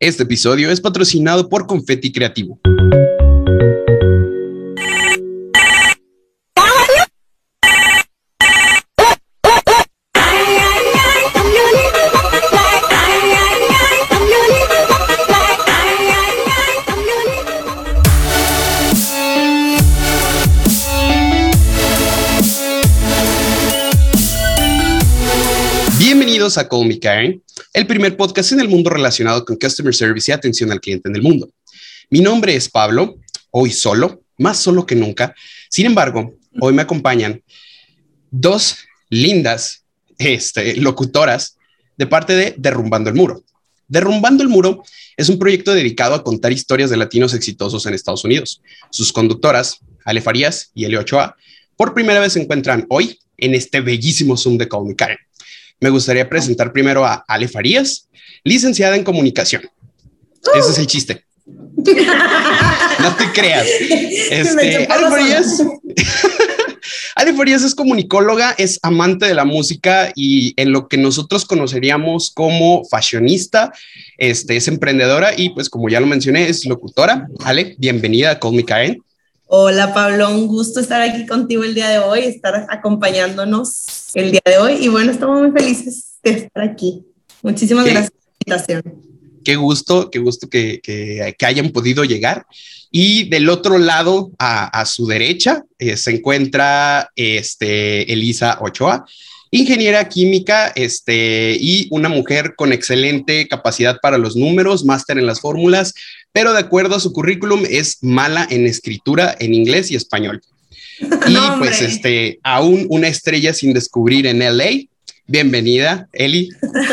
Este episodio es patrocinado por Confetti Creativo. Bienvenidos a Call Me Karen, el primer podcast en el mundo relacionado con Customer Service y atención al cliente en el mundo. Mi nombre es Pablo, hoy solo, más solo que nunca. Sin embargo, hoy me acompañan dos lindas locutoras de parte de Derrumbando el Muro. Derrumbando el Muro es un proyecto dedicado a contar historias de latinos exitosos en Estados Unidos. Sus conductoras, Ale Farías y Eli Ochoa, por primera vez se encuentran hoy en este bellísimo Zoom de Call Me Karen. Me gustaría presentar primero a Ale Farías, licenciada en comunicación. Ese es el chiste. No te creas. Ale Farías es comunicóloga, es amante de la música y en lo que nosotros conoceríamos como fashionista, es emprendedora y pues como ya lo mencioné, es locutora. Ale, bienvenida a Call Me Karen. Hola Pablo, un gusto estar aquí contigo el día de hoy, estar acompañándonos el día de hoy y bueno, estamos muy felices de estar aquí. Muchísimas gracias por la invitación. Qué gusto que hayan podido llegar. Y del otro lado, a su derecha, se encuentra Elisa Ochoa, ingeniera química y una mujer con excelente capacidad para los números, máster en las fórmulas, pero de acuerdo a su currículum es mala en escritura en inglés y español. Y no, pues aún una estrella sin descubrir en LA. Bienvenida, Eli.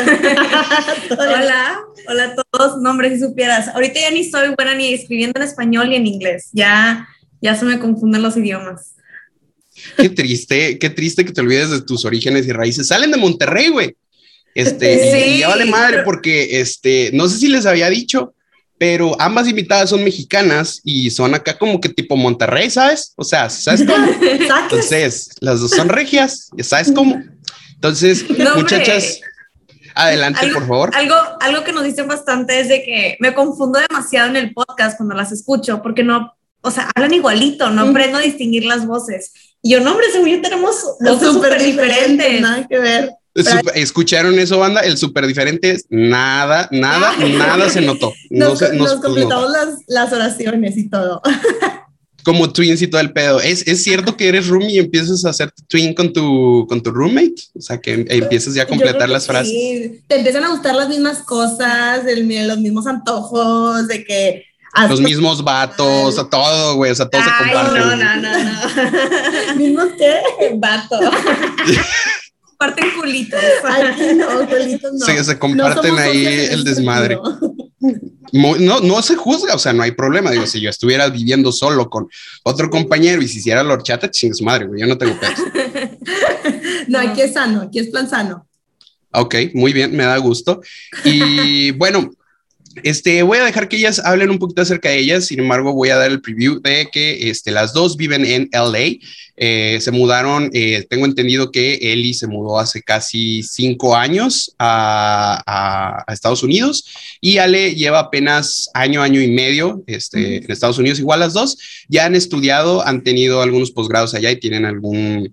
Hola a todos. No, hombre, si supieras, ahorita ya ni soy buena ni escribiendo en español ni en inglés. Ya se me confunden los idiomas. Qué triste que te olvides de tus orígenes y raíces. Salen de Monterrey, güey. Sí. Y ya vale madre porque no sé si les había dicho, pero ambas invitadas son mexicanas y son acá como que tipo Monterrey, ¿sabes? O sea, ¿sabes cómo? Entonces, las dos son regias, ¿sabes cómo? Entonces, no, muchachas, adelante, por favor. Algo que nos dicen bastante es de que me confundo demasiado en el podcast cuando las escucho, porque no, o sea, hablan igualito, no aprendo a distinguir las voces. Y yo, no, hombre, según yo tenemos voces súper diferentes. Nada que ver. ¿Escucharon eso, banda? El súper diferente es nada se notó. Nos completamos las oraciones y todo. Como twins y todo el pedo. ¿Es cierto que eres roomie y empiezas a hacer twin con tu roommate? O sea, que empiezas ya a completar las frases. Sí, te empiezan a gustar las mismas cosas, los mismos antojos, de que... Los mismos vatos, a todo, güey, o sea, todo se comparte. No. ¿Mismos qué? Vato. Comparten culitos. Ay, no, culitos no. Se comparten no ahí el desmadre. No se juzga, o sea, no hay problema. Digo, si yo estuviera viviendo solo con otro compañero y si hiciera la horchata, chingue su madre, güey, yo no tengo pedos. No, aquí es sano, aquí es plan sano. Ok, muy bien, me da gusto. Y bueno, voy a dejar que ellas hablen un poquito acerca de ellas. Sin embargo, voy a dar el preview de que las dos viven en LA. Se mudaron, tengo entendido que Eli se mudó hace casi 5 años a Estados Unidos y Ale lleva apenas año y medio en Estados Unidos. Igual las dos ya han estudiado, han tenido algunos posgrados allá y tienen algún,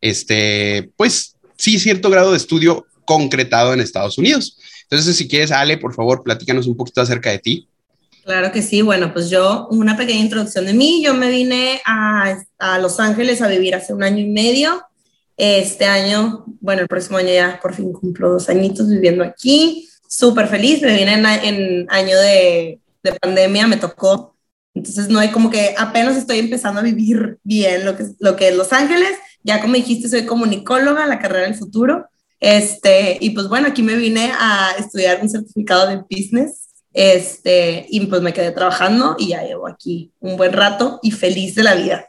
pues sí, cierto grado de estudio concretado en Estados Unidos. Entonces, si quieres, Ale, por favor, platícanos un poquito acerca de ti. Claro que sí. Bueno, pues yo, una pequeña introducción de mí. Yo me vine a Los Ángeles a vivir hace 1 año y medio. Este año, bueno, el próximo año ya por fin cumplo 2 añitos viviendo aquí. Súper feliz. Me vine en año de pandemia, me tocó. Entonces, no hay como que apenas estoy empezando a vivir bien lo que es Los Ángeles. Ya como dijiste, soy comunicóloga, la carrera del futuro. Y pues bueno, aquí me vine a estudiar un certificado de business. Y pues me quedé trabajando y ya llevo aquí un buen rato y feliz de la vida.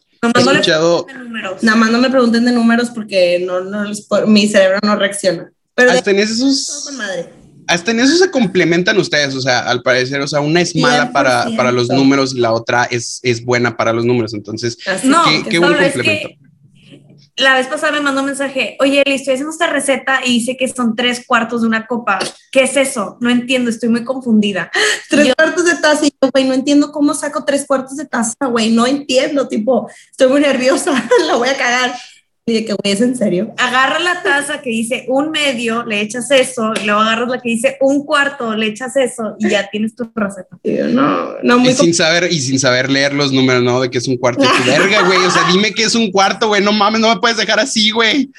Nada más no me pregunten de números porque mi cerebro no reacciona. Pero hasta en eso se complementan ustedes, o sea, al parecer, o sea, una es mala para los números y la otra es buena para los números, entonces, qué buen complemento. la vez pasada me mandó un mensaje, oye, Eli, estoy haciendo esta receta y dice que son 3/4 de una copa. ¿Qué es eso? No entiendo, estoy muy confundida. 3/4 de taza, y yo, güey, no entiendo cómo saco 3/4 de taza, güey, no entiendo, tipo, estoy muy nerviosa, la voy a cagar. Y de que, güey, ¿es en serio? Agarra la taza que dice 1/2, le echas eso, y luego agarras la que dice 1/4, le echas eso, y ya tienes tu receta. Y yo, no, muy sin saber leer los números, ¿no? De que es un cuarto. Y tu verga, güey, o sea, dime que es un cuarto, güey, no mames, no me puedes dejar así, güey.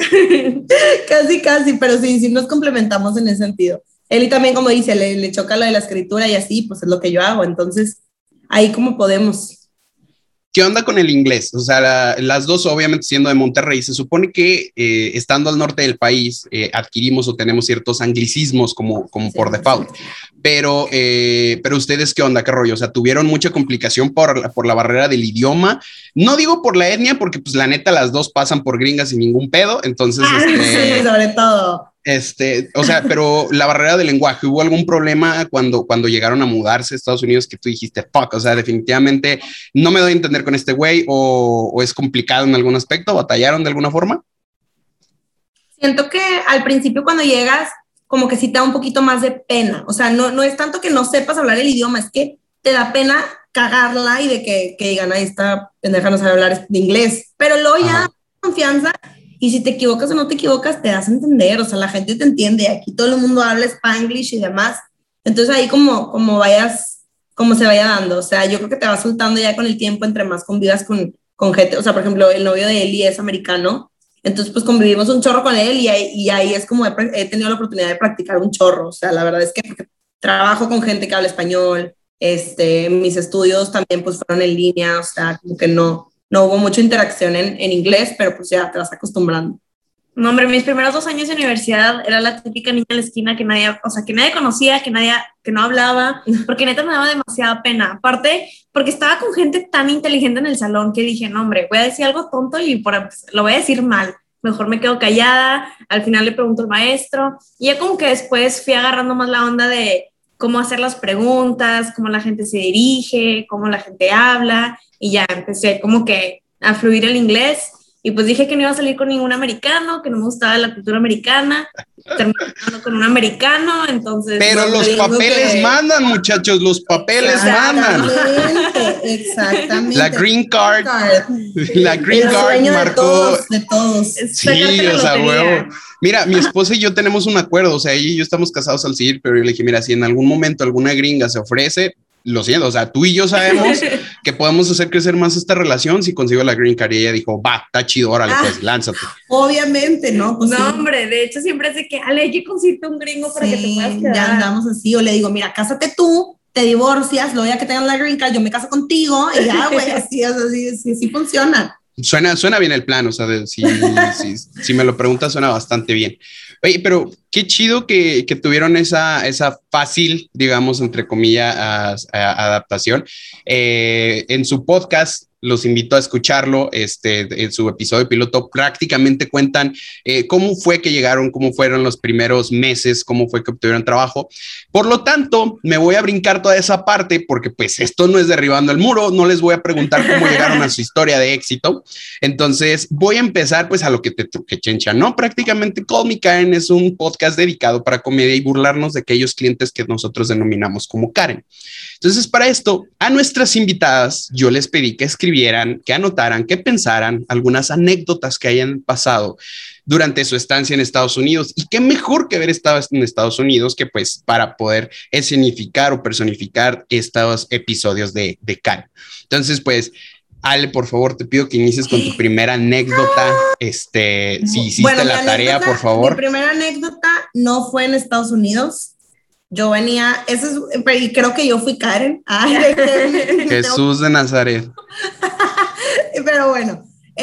Casi, pero sí nos complementamos en ese sentido. Él y también, como dice, le choca lo de la escritura y así, pues es lo que yo hago, entonces, ahí como podemos. ¿Qué onda con el inglés? O sea, las dos, obviamente, siendo de Monterrey, se supone que estando al norte del país, adquirimos o tenemos ciertos anglicismos como sí, por default. Sí. Pero ustedes, ¿qué onda? ¿Qué rollo? O sea, ¿tuvieron mucha complicación por la barrera del idioma? No digo por la etnia, porque pues la neta las dos pasan por gringas sin ningún pedo, entonces... sí, sobre todo. O sea, pero la barrera del lenguaje, ¿hubo algún problema cuando llegaron a mudarse a Estados Unidos que tú dijiste, fuck, o sea, definitivamente no me doy a entender con este güey o es complicado en algún aspecto, batallaron de alguna forma? Siento que al principio cuando llegas, como que sí te da un poquito más de pena, o sea, no es tanto que no sepas hablar el idioma, es que te da pena cagarla y de que digan, ahí está pendeja, no sabe hablar inglés, pero luego ya confianza. Y si te equivocas o no te equivocas, te das a entender, o sea, la gente te entiende, aquí todo el mundo habla Spanglish y demás, entonces ahí como se vaya dando, o sea, yo creo que te va soltando ya con el tiempo entre más convivas con gente, o sea, por ejemplo, el novio de Eli es americano, entonces pues convivimos un chorro con él y ahí es como he tenido la oportunidad de practicar un chorro, o sea, la verdad es que porque trabajo con gente que habla español, mis estudios también pues fueron en línea, o sea, como que no hubo mucha interacción en inglés, pero pues ya te vas acostumbrando. No, hombre, mis primeros 2 años de universidad era la típica niña en la esquina que nadie conocía, que no hablaba, porque neta me daba demasiada pena. Aparte, porque estaba con gente tan inteligente en el salón que dije, no, hombre, voy a decir algo tonto y lo voy a decir mal. Mejor me quedo callada, al final le pregunto al maestro, y ya como que después fui agarrando más la onda de cómo hacer las preguntas, cómo la gente se dirige, cómo la gente habla, y ya empecé como que a fluir el inglés, y pues dije que no iba a salir con ningún americano, que no me gustaba la cultura americana, terminé con un americano, entonces... Pero los papeles mandan, muchachos, los papeles mandan. Exactamente. La green card marcó... De todos. Sí, o sea, huevo. Mira, mi esposa y yo tenemos un acuerdo, o sea, ella y yo estamos casados al civil, pero yo le dije, mira, si en algún momento alguna gringa se ofrece, lo siento, o sea, tú y yo sabemos que podemos hacer crecer más esta relación si consigo la green card. Y ella dijo, va, está chido, órale, pues, lánzate. Obviamente, ¿no? Pues no, sí. Hombre, de hecho siempre es de que, Ale, hay que conseguirte un gringo para que te puedas quedar. Ya andamos así, o le digo, mira, cásate tú, te divorcias, luego ya que tengas la green card, yo me caso contigo, y ya, güey, así funciona. Suena bien el plan, o sea, si me lo preguntas, suena bastante bien. Oye, pero qué chido que tuvieron esa fácil, digamos, entre comillas, adaptación. En su podcast, los invito a escucharlo, en su episodio piloto, prácticamente cuentan cómo fue que llegaron, cómo fueron los primeros meses, cómo fue que obtuvieron trabajo. Por lo tanto, me voy a brincar toda esa parte porque pues esto no es derribando el muro, no les voy a preguntar cómo llegaron a su historia de éxito. Entonces, voy a empezar pues a lo que te truque, chencha, ¿no? Prácticamente Call Me Karen es un podcast dedicado para comedia y burlarnos de aquellos clientes que nosotros denominamos como Karen. Entonces, para esto, a nuestras invitadas, yo les pedí que escribieran, que anotaran, que pensaran algunas anécdotas que hayan pasado durante su estancia en Estados Unidos. Y qué mejor que haber estado en Estados Unidos que pues para poder escenificar o personificar estos episodios de Karen. Entonces, pues, Ale, por favor, te pido que inicies con tu primera anécdota. Si hiciste la tarea, por favor. Mi primera anécdota no fue en Estados Unidos. Yo venía, y creo que yo fui Karen. Jesús de Nazaret. Pero bueno,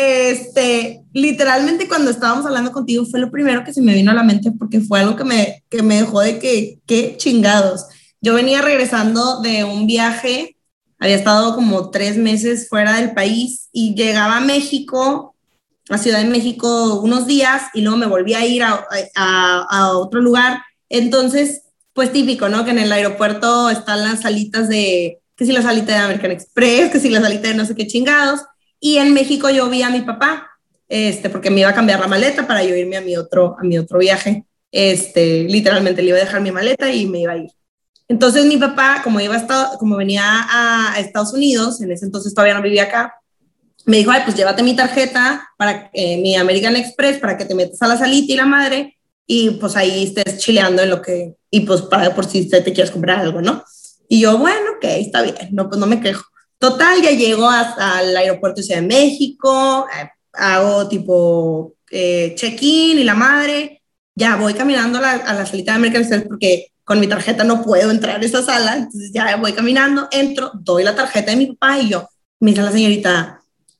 literalmente cuando estábamos hablando contigo fue lo primero que se me vino a la mente porque fue algo que me dejó de qué chingados. Yo venía regresando de un viaje, había estado como 3 meses fuera del país y llegaba a México, a Ciudad de México unos días y luego me volví a ir a otro lugar. Entonces, pues típico, ¿no? Que en el aeropuerto están las salitas que si la salita de American Express, que si la salita de no sé qué chingados. Y en México yo vi a mi papá. porque me iba a cambiar la maleta para yo irme a mi otro viaje. Literalmente le iba a dejar mi maleta y me iba a ir. Entonces mi papá, como venía a Estados Unidos, en ese entonces todavía no vivía acá, me dijo, ay, pues llévate mi tarjeta, mi American Express, para que te metas a la salita y la madre, y pues ahí estés chileando y pues para por si te quieres comprar algo, ¿no? Y yo, bueno, ok, está bien, no, pues no me quejo. Total, ya llego hasta el aeropuerto de Ciudad de México, hago tipo check-in y la madre, ya voy caminando a la salita de American Express porque con mi tarjeta no puedo entrar a esa sala, entonces ya voy caminando, entro, doy la tarjeta de mi papá y yo, me dice la señorita,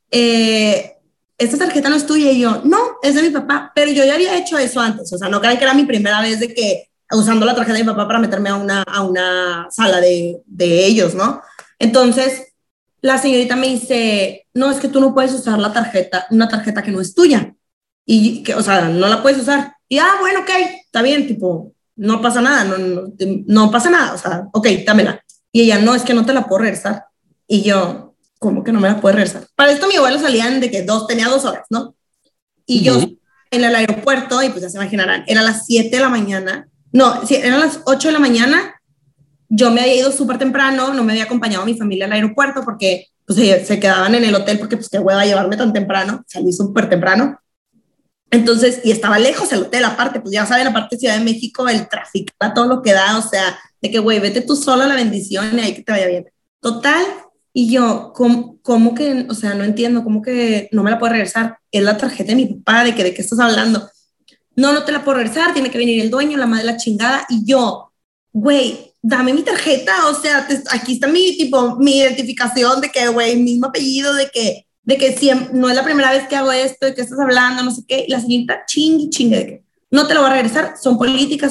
esta tarjeta no es tuya, y yo, no, es de mi papá, pero yo ya había hecho eso antes, o sea, no crean que era mi primera vez de que usando la tarjeta de mi papá para meterme a una sala de ellos, ¿no? Entonces, la señorita me dice, no, es que tú no puedes usar una tarjeta que no es tuya, o sea, no la puedes usar, y bueno, ok, está bien, tipo, no pasa nada, no pasa nada, o sea, ok, dámela, y ella, no, es que no te la puedo regresar, y yo, ¿cómo que no me la puede regresar? Para esto mi abuelo salían de que tenía 2 horas, ¿no? Y yo en el aeropuerto, y pues ya se imaginarán, era las 7 de la mañana, no, sí, eran las 8 de la mañana, yo me había ido súper temprano, no me había acompañado a mi familia al aeropuerto porque pues se quedaban en el hotel porque pues qué hueva llevarme tan temprano, salí súper temprano. Entonces, y estaba lejos el hotel, aparte, pues ya saben, aparte de Ciudad de México, el tráfico, todo lo que da, o sea, de que, güey, vete tú sola a la bendición y ahí que te vaya bien. Total, y yo, ¿cómo que, o sea, no entiendo, cómo que no me la puedo regresar? Es la tarjeta de mi papá, ¿de qué estás hablando? No te la puedo regresar, tiene que venir el dueño, la madre de la chingada, y yo, güey, dame mi tarjeta, o sea, aquí está mi identificación de que, güey, mismo apellido, de que siempre, no es la primera vez que hago esto, de que estás hablando, no sé qué, y la señorita chingue, de que no te lo voy a regresar, son políticas.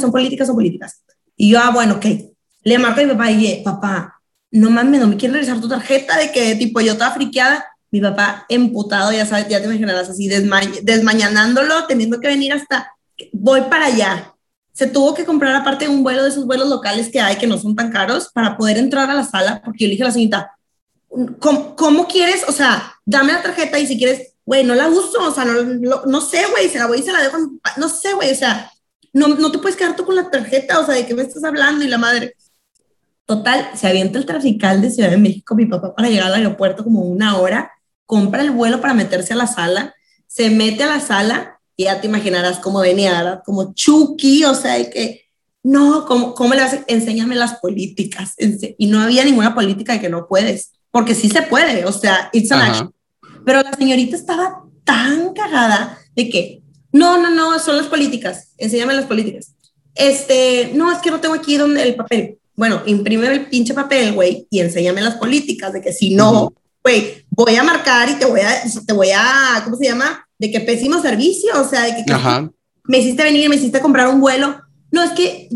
Y yo, bueno, ok, le marco a mi papá y papá, no mames, no me quieres regresar tu tarjeta, de que tipo yo estaba friqueada, mi papá emputado, ya sabes, ya te imaginarás así, desmañanándolo, teniendo que venir voy para allá. Se tuvo que comprar aparte un vuelo de esos vuelos locales que hay, que no son tan caros, para poder entrar a la sala, porque yo le dije a la señorita, ¿cómo quieres? O sea, dame la tarjeta y si quieres, güey, no la uso, o sea, no sé, güey, se la voy y se la dejo, no sé, güey, o sea, no te puedes quedar tú con la tarjeta, o sea, ¿de qué me estás hablando? Y la madre, total, se avienta el trafical de Ciudad de México, mi papá, para llegar al aeropuerto como 1 hora, compra el vuelo para meterse a la sala, se mete a la sala, y ya te imaginarás cómo venía, ¿verdad? Como Chucky, o sea, de que, no, ¿cómo le hace? Enséñame las políticas. Y no había ninguna política de que no puedes, porque sí se puede, o sea, it's an action. Pero la señorita estaba tan cagada de que, no, son las políticas, enséñame las políticas. No, es que no tengo aquí donde el papel. Bueno, imprime el pinche papel, güey, y enséñame las políticas, de que si no, güey, voy a marcar y te voy a, ¿cómo se llama? De que pésimo servicio, o sea, de que me hiciste venir, me hiciste comprar un vuelo. No, es que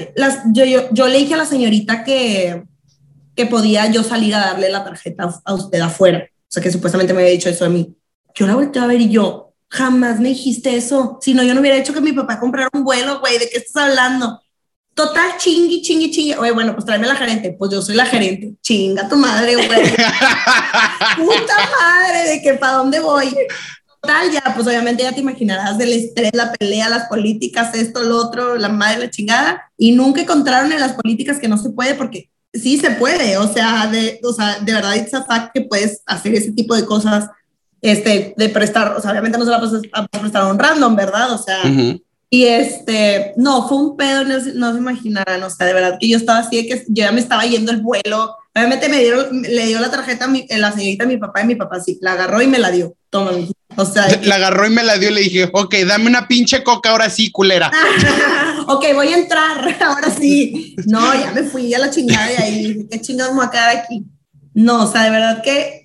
yo le dije a la señorita que podía yo salir a darle la tarjeta a usted afuera, o sea, que supuestamente me había dicho eso a mí. Yo la volteé a ver y yo, jamás me dijiste eso, si no, yo no hubiera hecho que mi papá comprara un vuelo, güey, ¿de qué estás hablando? Total, chingue. Oye, bueno, pues tráeme la gerente. Pues yo soy la gerente. Chinga tu madre, güey. Puta madre, de que para dónde voy. Total, ya, pues obviamente ya te imaginarás del estrés, la pelea, las políticas, esto, lo otro, la madre, la chingada. Y nunca encontraron en las políticas que no se puede, porque sí se puede. O sea, de verdad, it's a fact que puedes hacer ese tipo de cosas, de prestar. O sea, obviamente no se la puedes prestar a un random, ¿verdad? O sea, y no, fue un pedo, no se imaginarán, o sea, de verdad que yo estaba así, de que yo ya me estaba yendo el vuelo, obviamente le dio la tarjeta la señorita a mi papá, y mi papá sí, la agarró y me la dio, toma, o sea. La agarró y me la dio y le dije, ok, dame una pinche coca ahora sí, culera. Ok, voy a entrar, ahora sí. No, ya me fui a la chingada y ahí dije, ¿qué chingados me voy a quedar aquí? No, o sea, de verdad que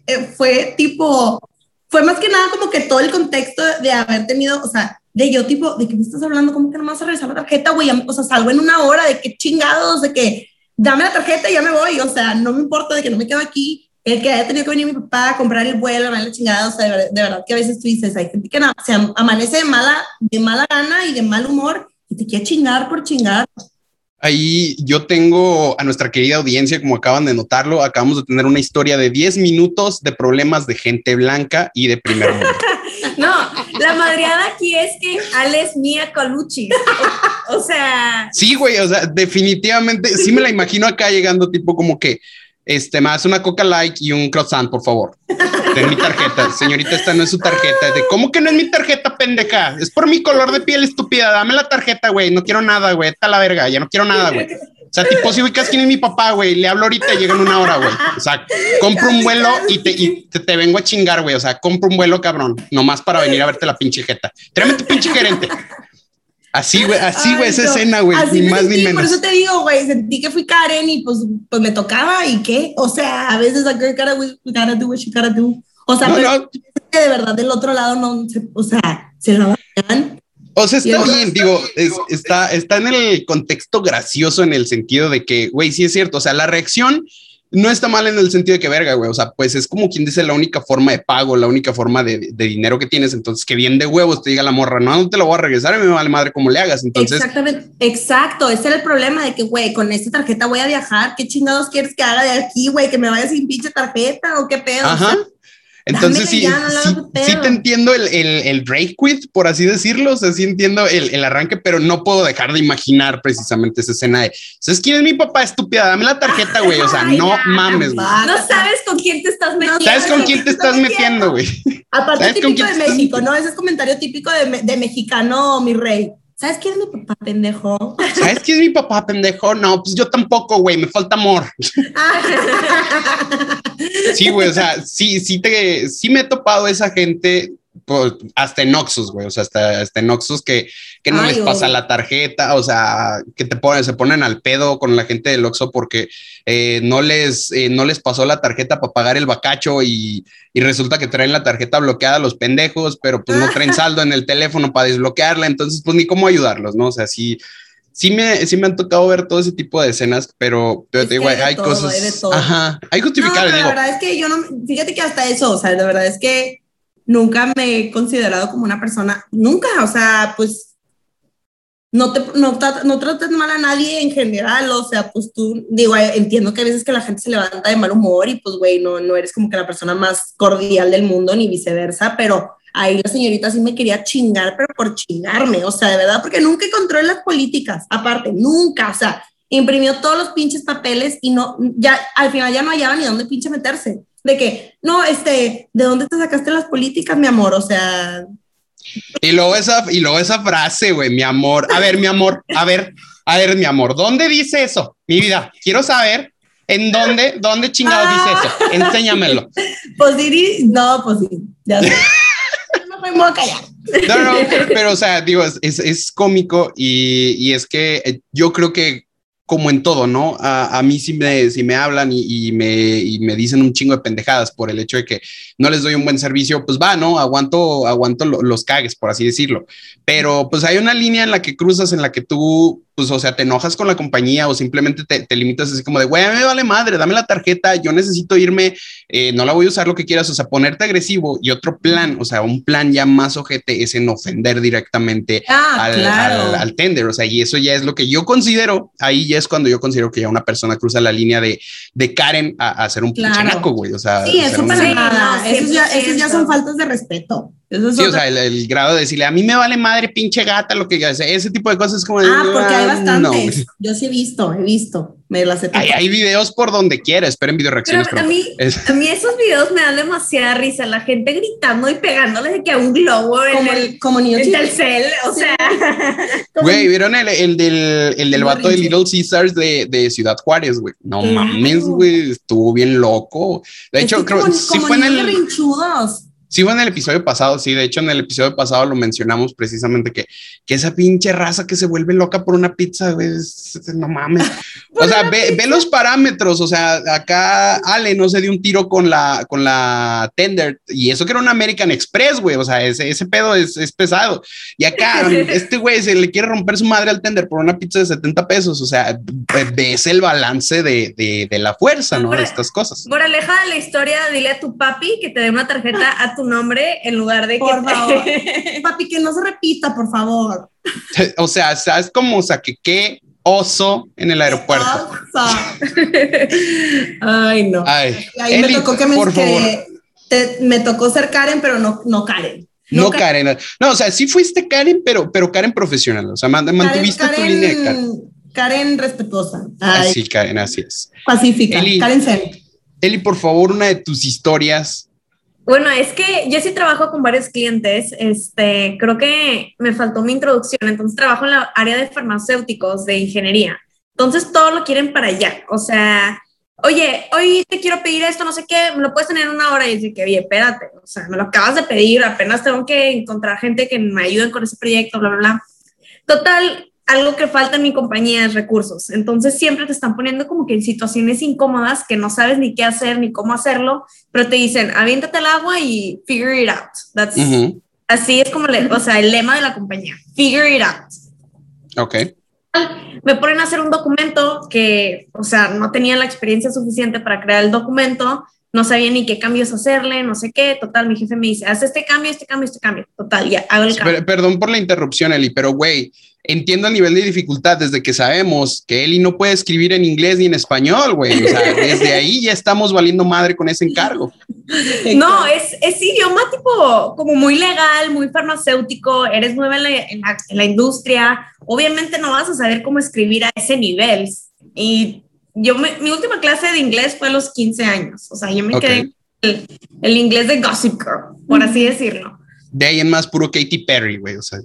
fue más que nada como que todo el contexto de haber tenido, o sea, de yo tipo, ¿de qué me estás hablando? ¿Cómo que no me vas a regresar la tarjeta, güey? O sea, salgo en 1 hora, ¿de qué chingados? De que dame la tarjeta y ya me voy, o sea, no me importa de que no me quedo aquí, el que haya tenido que venir mi papá a comprar el vuelo, la chingada, o sea, de verdad que a veces tú dices, hay gente que no, se amanece de mala gana y de mal humor y te quiere chingar por chingar. Ahí yo tengo a nuestra querida audiencia, como acaban de notarlo, acabamos de tener una historia de 10 minutos de problemas de gente blanca y de primer mundo. No, la madreada aquí es que Ale es Mia Colucci. O sea. Sí, güey, o sea, definitivamente, sí me la imagino acá llegando tipo como que, más una Coca Light y un croissant, por favor. De mi tarjeta. Señorita, esta no es su tarjeta. De, ¿cómo que no es mi tarjeta, pendeja? Es por mi color de piel, estúpida. Dame la tarjeta, güey. No quiero nada, güey. Está la verga. Ya no quiero nada, güey. O sea, tipo, si ubicas quién es mi papá, güey, le hablo ahorita y llega en una hora, güey. O sea, compro un vuelo y te vengo a chingar, güey. O sea, compro un vuelo, cabrón. Nomás para venir a verte la pinche jeta. Tráeme tu pinche gerente. Así, güey, esa escena, güey, ni más ni menos. Por eso te digo, güey, sentí que fui Karen y pues me tocaba y qué, o sea, a veces acá cara, we gotta do what you gotta do. O sea, pero de verdad del otro lado no, o sea, se la van. O sea, está bien, digo, está en el contexto gracioso en el sentido de que, güey, sí es cierto, o sea, la reacción no está mal en el sentido de que verga, güey, o sea, pues es como quien dice la única forma de pago, la única forma de dinero que tienes, entonces que bien de huevos te diga la morra, no te lo voy a regresar y me vale madre como le hagas, entonces. Exactamente, exacto, ese era el problema de que, güey, con esta tarjeta voy a viajar, ¿qué chingados quieres que haga de aquí, güey, que me vaya sin pinche tarjeta o qué pedo? Ajá. O sea, entonces sí te entiendo el break quit, por así decirlo, o sea, sí entiendo el arranque, pero no puedo dejar de imaginar precisamente esa escena de, ¿sabes quién es mi papá, estúpida? Dame la tarjeta, güey, o sea, no mames, güey. No sabes con quién te estás metiendo. ¿Sabes con quién te estás metiendo, güey? Aparte típico de México, ¿no? Ese es comentario típico de mexicano, mi rey. ¿Sabes quién es mi papá, pendejo? ¿Sabes quién es mi papá, pendejo? No, pues yo tampoco, güey, me falta amor. Sí, güey, o sea, sí me he topado esa gente, pues, hasta en Oxxos, güey, o sea, hasta en Oxxos que no les pasa la tarjeta, o sea, que se ponen al pedo con la gente del Oxxo porque no les pasó la tarjeta para pagar el bacacho y resulta que traen la tarjeta bloqueada los pendejos, pero pues no traen saldo en el teléfono para desbloquearla, entonces pues ni cómo ayudarlos, ¿no? O sea, sí me han tocado ver todo ese tipo de escenas, pero te digo, hay cosas. Ajá, hay justificables. No, la verdad es que yo no, fíjate que hasta eso, o sea, la verdad es que nunca me he considerado como una persona, nunca, o sea, pues no trates mal a nadie en general, o sea, pues tú, digo, entiendo que a veces que la gente se levanta de mal humor y pues, güey, no eres como que la persona más cordial del mundo ni viceversa, pero ahí la señorita sí me quería chingar, pero por chingarme, o sea, de verdad, porque nunca encontró en las políticas, aparte, nunca, o sea, imprimió todos los pinches papeles y no, ya, al final ya no hallaba ni dónde pinche meterse, de que, no, ¿de dónde te sacaste las políticas, mi amor? O sea... Y luego esa frase, güey, mi amor, a ver, mi amor, a ver, mi amor, ¿dónde dice eso? Mi vida, quiero saber. ¿En dónde chingados dice eso? Enséñamelo. Pues sí, no, pues sí, ya sé. Me voy a callar. No, pero o sea, digo, es cómico y es que yo creo que como en todo, ¿no? A mí si me hablan y me dicen un chingo de pendejadas por el hecho de que no les doy un buen servicio, pues va, ¿no? Aguanto los cagues, por así decirlo. Pero pues hay una línea en la que cruzas, en la que tú, pues, o sea, te enojas con la compañía o simplemente te limitas así como de, güey, me vale madre, dame la tarjeta, yo necesito irme, no la voy a usar lo que quieras, o sea, ponerte agresivo. Y otro plan, o sea, un plan ya más ojete es en ofender directamente al tender, o sea, y eso ya es lo que yo considero, ahí ya es cuando yo considero que ya una persona cruza la línea de Karen a ser un pinche naco, güey, o sea. Sí, eso para nada, esos ya son faltas de respeto. Sí, o sea, el grado de decirle, a mí me vale madre, pinche gata, lo que hace, ese tipo de cosas es como de, porque hay bastantes. No. Yo sí he visto, me las he hay videos por donde quiera, esperen video reacciones. Pero a mí esos videos me dan demasiada risa, la gente gritando y pegándole de que a un globo como niño en Telcel, o sea. Güey, ¿vieron el del vato de Little Caesars de Ciudad Juárez, güey? No mames, güey, estuvo bien loco. De hecho, creo que sí fue en el... rinchudos. Sí, fue en el episodio pasado, sí, de hecho en el episodio pasado lo mencionamos precisamente que esa pinche raza que se vuelve loca por una pizza, güey, no mames. O sea, ve los parámetros, o sea, acá Ale no se dio un tiro con la tender y eso que era un American Express, güey, o sea, ese pedo es pesado. Y acá este güey se le quiere romper su madre al tender por una pizza de 70 pesos, o sea, ves el balance de la fuerza, ¿no? De estas cosas. Por aleja de la historia, dile a tu papi que te dé una tarjeta a tu nombre en lugar de por favor. Papi, que no se repita, por favor. O sea, es como, o sea, que qué oso en el aeropuerto. Ay, no. Ay, ahí Eli, me tocó me tocó ser Karen, pero no Karen. No, Karen. No, o sea, sí fuiste Karen, pero Karen profesional. O sea, mantuviste tu línea de Karen. Karen respetuosa. Así, Karen, así es. Pacífica. Karen Zen. Eli, por favor, una de tus historias. Bueno, es que yo sí trabajo con varios clientes. Creo que me faltó mi introducción. Entonces trabajo en la área de farmacéuticos, de ingeniería. Entonces todo lo quieren para allá. O sea, oye, hoy te quiero pedir esto, no sé qué, me lo puedes tener en 1 hora. Y dice que, oye, espérate, o sea, me lo acabas de pedir, apenas tengo que encontrar gente que me ayuden con ese proyecto, bla, bla, bla. Total, algo que falta en mi compañía es recursos. Entonces siempre te están poniendo como que en situaciones incómodas que no sabes ni qué hacer ni cómo hacerlo, pero te dicen, aviéntate al agua y figure it out. Así es como, o sea, el lema de la compañía, figure it out. Ok. Me ponen a hacer un documento que, o sea, no tenía la experiencia suficiente para crear el documento, no sabía ni qué cambios hacerle, no sé qué. Total, mi jefe me dice, haz este cambio. Total, ya, hago el cambio. Perdón por la interrupción, Eli, pero güey, entiendo el nivel de dificultad desde que sabemos que Eli no puede escribir en inglés ni en español, güey. O sea, desde ahí ya estamos valiendo madre con ese encargo. No, es idioma tipo como muy legal, muy farmacéutico, eres nueva en la industria, obviamente no vas a saber cómo escribir a ese nivel. Y mi última clase de inglés fue a los 15 años, o sea, yo me quedé el inglés de Gossip Girl, por así decirlo. De ahí en más puro Katy Perry, güey, o sea.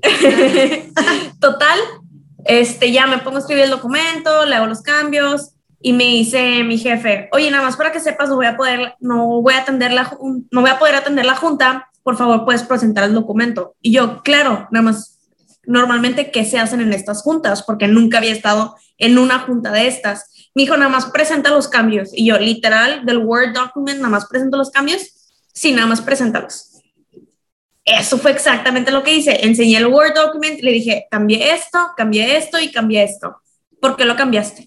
Total, ya me pongo a escribir el documento, le hago los cambios. Y me dice mi jefe, oye, nada más para que sepas, no voy a poder atender la junta, por favor, puedes presentar el documento. Y yo, claro, nada más, normalmente, ¿qué se hacen en estas juntas? Porque nunca había estado en una junta de estas. Me dijo, nada más presenta los cambios. Y yo, literal, del Word document, nada más presento los cambios. Sí, nada más preséntalos. Eso fue exactamente lo que hice. Enseñé el Word document, le dije, cambié esto y cambié esto. ¿Por qué lo cambiaste?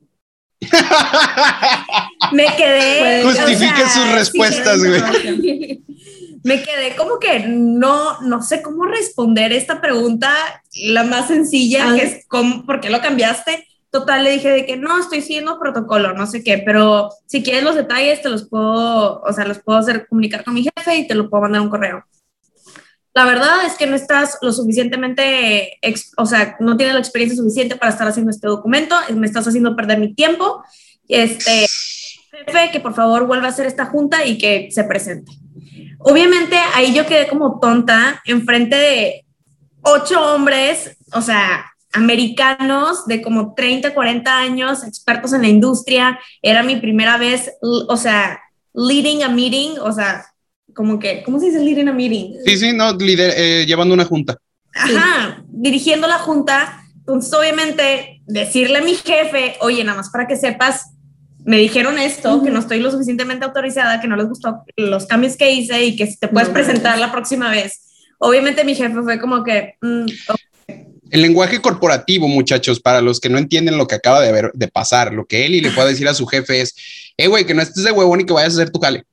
Me quedé. Justifique sus respuestas, güey. Me quedé como que no sé cómo responder esta pregunta, la más sencilla, que es ¿por qué lo cambiaste? Total, le dije de que no, estoy siguiendo protocolo, no sé qué, pero si quieres los detalles los puedo hacer comunicar con mi jefe y te lo puedo mandar un correo. La verdad es que no estás lo suficientemente, no tienes la experiencia suficiente para estar haciendo este documento, me estás haciendo perder mi tiempo. Jefe, que por favor vuelva a hacer esta junta y que se presente. Obviamente ahí yo quedé como tonta enfrente de 8 hombres, o sea, americanos de como 30, 40 años, expertos en la industria. Era mi primera vez, o sea, leading a meeting, o sea, como que, ¿cómo se dice leading a meeting? Sí, no, llevando una junta. Ajá, dirigiendo la junta. Entonces, obviamente, decirle a mi jefe, oye, nada más para que sepas, me dijeron esto, que no estoy lo suficientemente autorizada, que no les gustó los cambios que hice y que si te puedes presentar la próxima vez. Obviamente mi jefe fue como que... El lenguaje corporativo, muchachos, para los que no entienden lo que acaba de pasar, lo que Eli le puede decir a su jefe es, güey, que no estés de huevón y que vayas a hacer tu jale.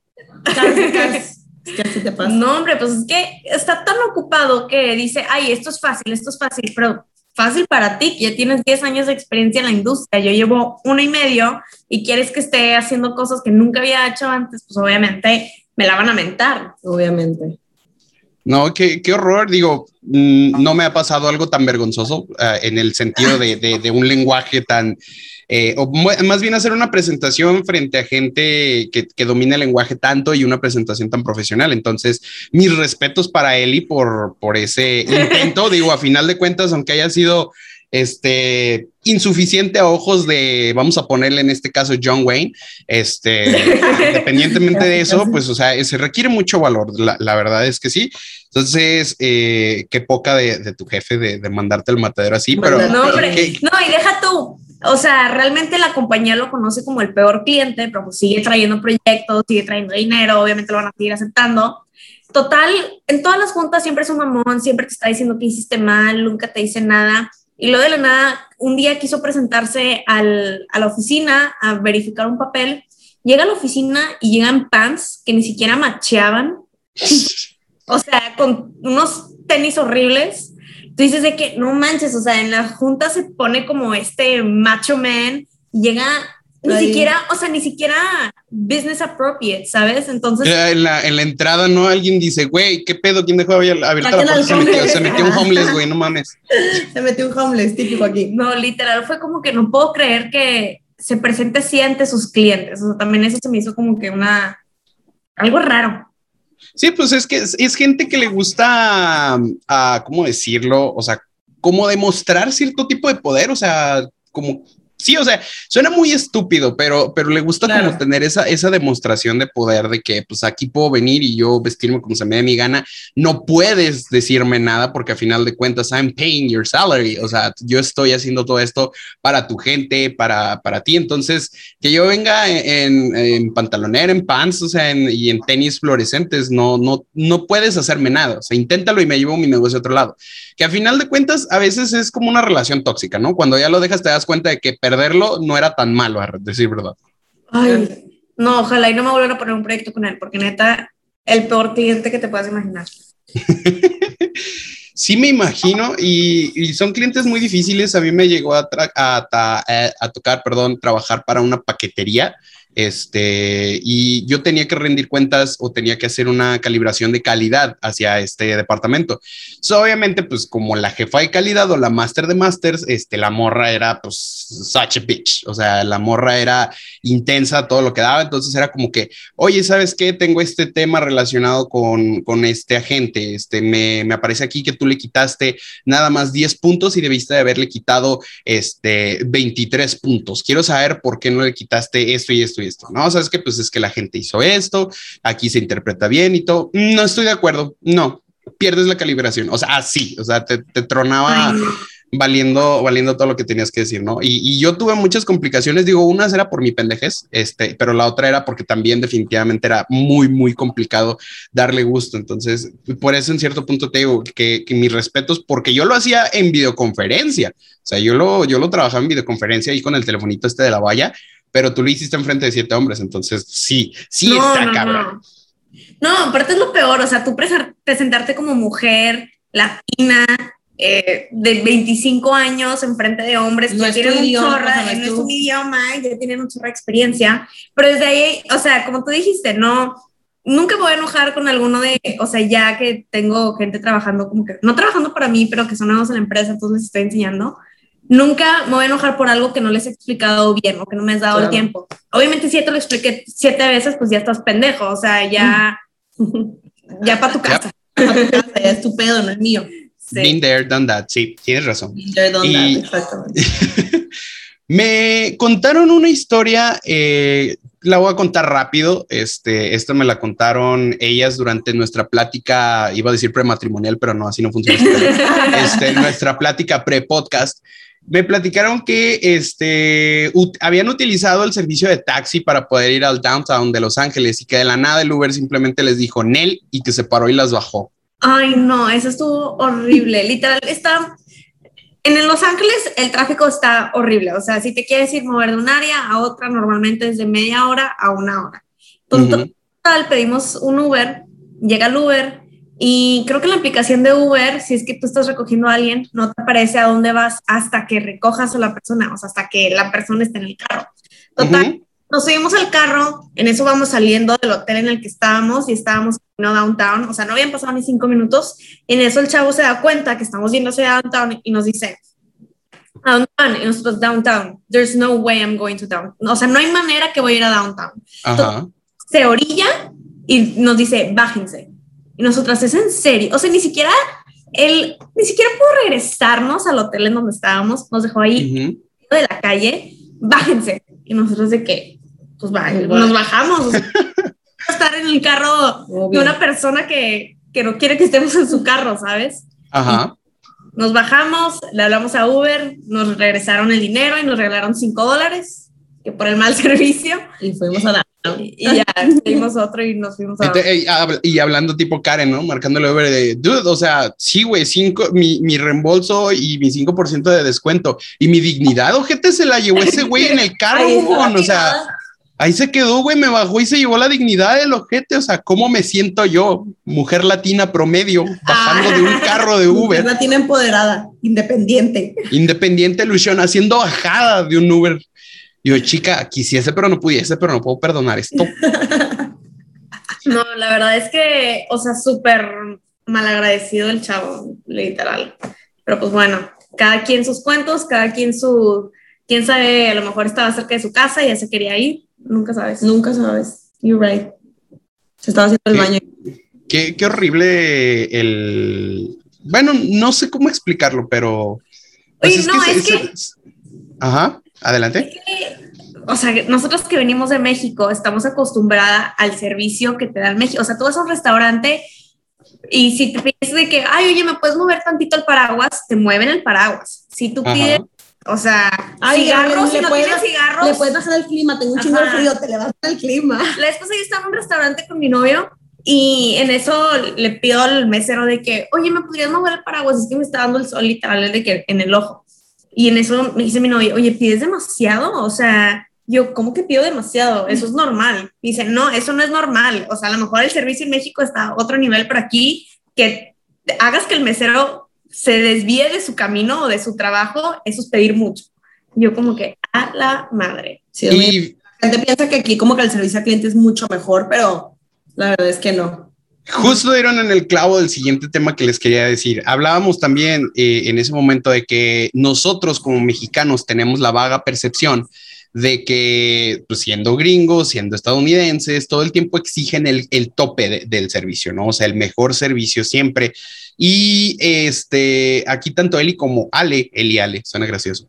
¿Qué así te pasa? No, hombre, pues es que está tan ocupado que dice, ay, esto es fácil, pero fácil para ti, que ya tienes 10 años de experiencia en la industria, yo llevo 1 y medio y quieres que esté haciendo cosas que nunca había hecho antes, pues obviamente me la van a mentar. Obviamente. No, qué horror, digo, no me ha pasado algo tan vergonzoso en el sentido de un lenguaje tan... o más bien hacer una presentación frente a gente que domina el lenguaje tanto y una presentación tan profesional. Entonces, mis respetos para Eli por ese intento. Digo, a final de cuentas, aunque haya sido insuficiente a ojos de, vamos a ponerle en este caso John Wayne, independientemente de eso, pues, o sea, se requiere mucho valor. La verdad es que sí. Entonces, qué poca de tu jefe de mandarte el matadero así, pero... No, hombre, no, y deja tú. O sea, realmente la compañía lo conoce como el peor cliente, pero pues sigue trayendo proyectos, sigue trayendo dinero, obviamente lo van a seguir aceptando. Total, en todas las juntas siempre es un mamón, siempre te está diciendo que hiciste mal, nunca te dice nada. Y luego de la nada, un día quiso presentarse a la oficina a verificar un papel. Llega a la oficina y llegan pants que ni siquiera macheaban. O sea, con unos tenis horribles. Tú dices de que no manches, o sea, en la junta se pone como este macho man, llega Ni siquiera business appropriate, ¿sabes? Entonces... En la entrada, ¿no? Alguien dice, güey, ¿qué pedo? ¿Quién dejó abierta la puerta? Se metió un homeless, güey, no mames. Se metió un homeless, típico aquí. No, literal, fue como que no puedo creer que se presente así ante sus clientes. O sea, también eso se me hizo como que algo raro. Sí, pues es que es gente que le gusta, ¿cómo decirlo? O sea, como demostrar cierto tipo de poder, o sea, como... Sí, o sea, suena muy estúpido, pero le gusta como tener esa demostración de poder de que pues aquí puedo venir y yo vestirme como se me dé mi gana. No puedes decirme nada porque a final de cuentas I'm paying your salary. O sea, yo estoy haciendo todo esto para tu gente, para ti. Entonces, que yo venga en pantalonera, en pants, o sea, y en tenis fluorescentes, no puedes hacerme nada. O sea, inténtalo y me llevo mi negocio a otro lado. Que a final de cuentas a veces es como una relación tóxica, ¿no? Cuando ya lo dejas te das cuenta de que perderlo no era tan malo, a decir verdad. Ay, no, ojalá y no me vuelvan a poner un proyecto con él, porque neta, el peor cliente que te puedas imaginar. Sí me imagino, y son clientes muy difíciles. A mí me llegó a tocar, trabajar para una paquetería, y yo tenía que rendir cuentas o tenía que hacer una calibración de calidad hacia este departamento. So, obviamente, pues como la jefa de calidad o la máster de másters, la morra era pues such a bitch. O sea, la morra era intensa, todo lo que daba. Entonces era como que, oye, ¿sabes qué? Tengo este tema relacionado con este agente. Me aparece aquí que tú le quitaste nada más 10 puntos y debiste de haberle quitado 23 puntos. Quiero saber por qué no le quitaste esto y esto y esto. No, sabes que pues es que la gente hizo esto, aquí se interpreta bien y todo. No estoy de acuerdo. No, pierdes la calibración. O sea, así, o sea, te tronaba. Ay, no. Valiendo todo lo que tenías que decir, ¿no? Y yo tuve muchas complicaciones, digo, una era por mi pendejez, pero la otra era porque también definitivamente era muy, muy complicado darle gusto. Entonces, por eso en cierto punto te digo que mis respetos, porque yo lo hacía en videoconferencia, o sea, yo lo trabajaba en videoconferencia ahí con el telefonito de la valla, pero tú lo hiciste enfrente de 7 hombres, entonces sí, está cabrón. No, aparte es lo peor, o sea, tú presentarte como mujer latina, de 25 años en frente de hombres que no tienen un chorro, no es un idioma, ya tienen un chorro de experiencia, pero desde ahí, o sea, como tú dijiste, nunca me voy a enojar con alguno o sea, ya que tengo gente trabajando como que, no trabajando para mí, pero que son nuevos en la empresa, entonces les estoy enseñando, nunca me voy a enojar por algo que no les he explicado bien o que no me has dado el tiempo. Obviamente si ya te lo expliqué 7 veces, pues ya estás pendejo, o sea, ya para tu casa. Para tu casa, ya es tu pedo, no es mío. Sí. Been there, done that. Sí, tienes razón. Been there, done that, exactamente. Me contaron una historia, la voy a contar rápido. Esta me la contaron ellas durante nuestra plática, iba a decir prematrimonial, pero no, así no funciona. Nuestra plática pre-podcast. Me platicaron que habían utilizado el servicio de taxi para poder ir al downtown de Los Ángeles y que de la nada el Uber simplemente les dijo Nel y que se paró y las bajó. Ay, no, eso estuvo horrible. Literal, en Los Ángeles el tráfico está horrible. O sea, si te quieres ir mover de un área a otra, normalmente es de media hora a 1 hora. Entonces, total, pedimos un Uber, llega el Uber y creo que en la aplicación de Uber, si es que tú estás recogiendo a alguien, no te aparece a dónde vas hasta que recojas a la persona, o sea, hasta que la persona esté en el carro. Total. Nos subimos al carro, en eso vamos saliendo del hotel en el que estábamos y estábamos no downtown, o sea, no habían pasado ni 5 minutos. En eso el chavo se da cuenta que estamos yendo hacia downtown y nos dice, ¿a dónde van? Y nosotros, downtown. There's no way I'm going to downtown. O sea, no hay manera que voy a ir a downtown. Entonces, se orilla y nos dice, bájense. Y nosotras, ¿es en serio? O sea, ni siquiera pudo regresarnos al hotel en donde estábamos, nos dejó ahí de la calle, bájense. Y nosotros de que, pues nos bajamos. O sea, estar en el carro de una persona que no quiere que estemos en su carro, ¿sabes? Ajá. Y nos bajamos, le hablamos a Uber, nos regresaron el dinero y nos regalaron $5 que por el mal servicio. Y fuimos a y ya pedimos otro y nos fuimos a y hablando tipo Karen, ¿no? Marcándole Uber de, dude, o sea, sí, güey, mi reembolso y mi 5% de descuento. Y mi dignidad, ojete, se la llevó ese güey en el carro, güey. O sea, ahí se quedó, güey, me bajó y se llevó la dignidad del ojete. O sea, ¿cómo me siento yo, mujer latina promedio, bajando de un carro de Uber? Mujer latina empoderada, independiente. Independiente, Luciana, haciendo bajada de un Uber. Yo, chica, quisiese, pero no pudiese, pero no puedo perdonar esto. No, la verdad es que, o sea, súper malagradecido el chavo, literal. Pero pues bueno, cada quien sus cuentos, cada quien quién sabe, a lo mejor estaba cerca de su casa y ya se quería ir, nunca sabes. Nunca sabes. You're right. Se estaba haciendo el baño. Qué horrible Bueno, no sé cómo explicarlo, pero... Pues oye, Ajá, adelante. Es que, o sea, nosotros que venimos de México estamos acostumbradas al servicio que te da el México. O sea, tú vas a un restaurante y si te pides de que, ay, oye, ¿me puedes mover tantito el paraguas? Te mueven el paraguas. Si tú pides, o sea, cigarros, si no tienes cigarros... Le puedes bajar el clima, tengo un chingo de frío, te le bajas el clima. La vez pasada yo estaba en un restaurante con mi novio y en eso le pido al mesero de que, oye, ¿me podrías mover el paraguas? Es que me está dando el sol literal de que en el ojo. Y en eso me dice mi novio, oye, ¿pides demasiado? O sea, yo, ¿cómo que pido demasiado? Eso es normal. Y dice, no, eso no es normal. O sea, a lo mejor el servicio en México está a otro nivel, pero aquí que hagas que el mesero se desvíe de su camino o de su trabajo, eso es pedir mucho. Yo como que, a la madre. Sí, y la gente piensa que aquí como que el servicio al cliente es mucho mejor, pero la verdad es que no. Justo dieron en el clavo del siguiente tema que les quería decir. Hablábamos también en ese momento de que nosotros como mexicanos tenemos la vaga percepción de que, pues, siendo gringos, siendo estadounidenses, todo el tiempo exigen el tope del servicio, ¿no? O sea, el mejor servicio siempre. Y aquí tanto Eli como Ale, suena gracioso.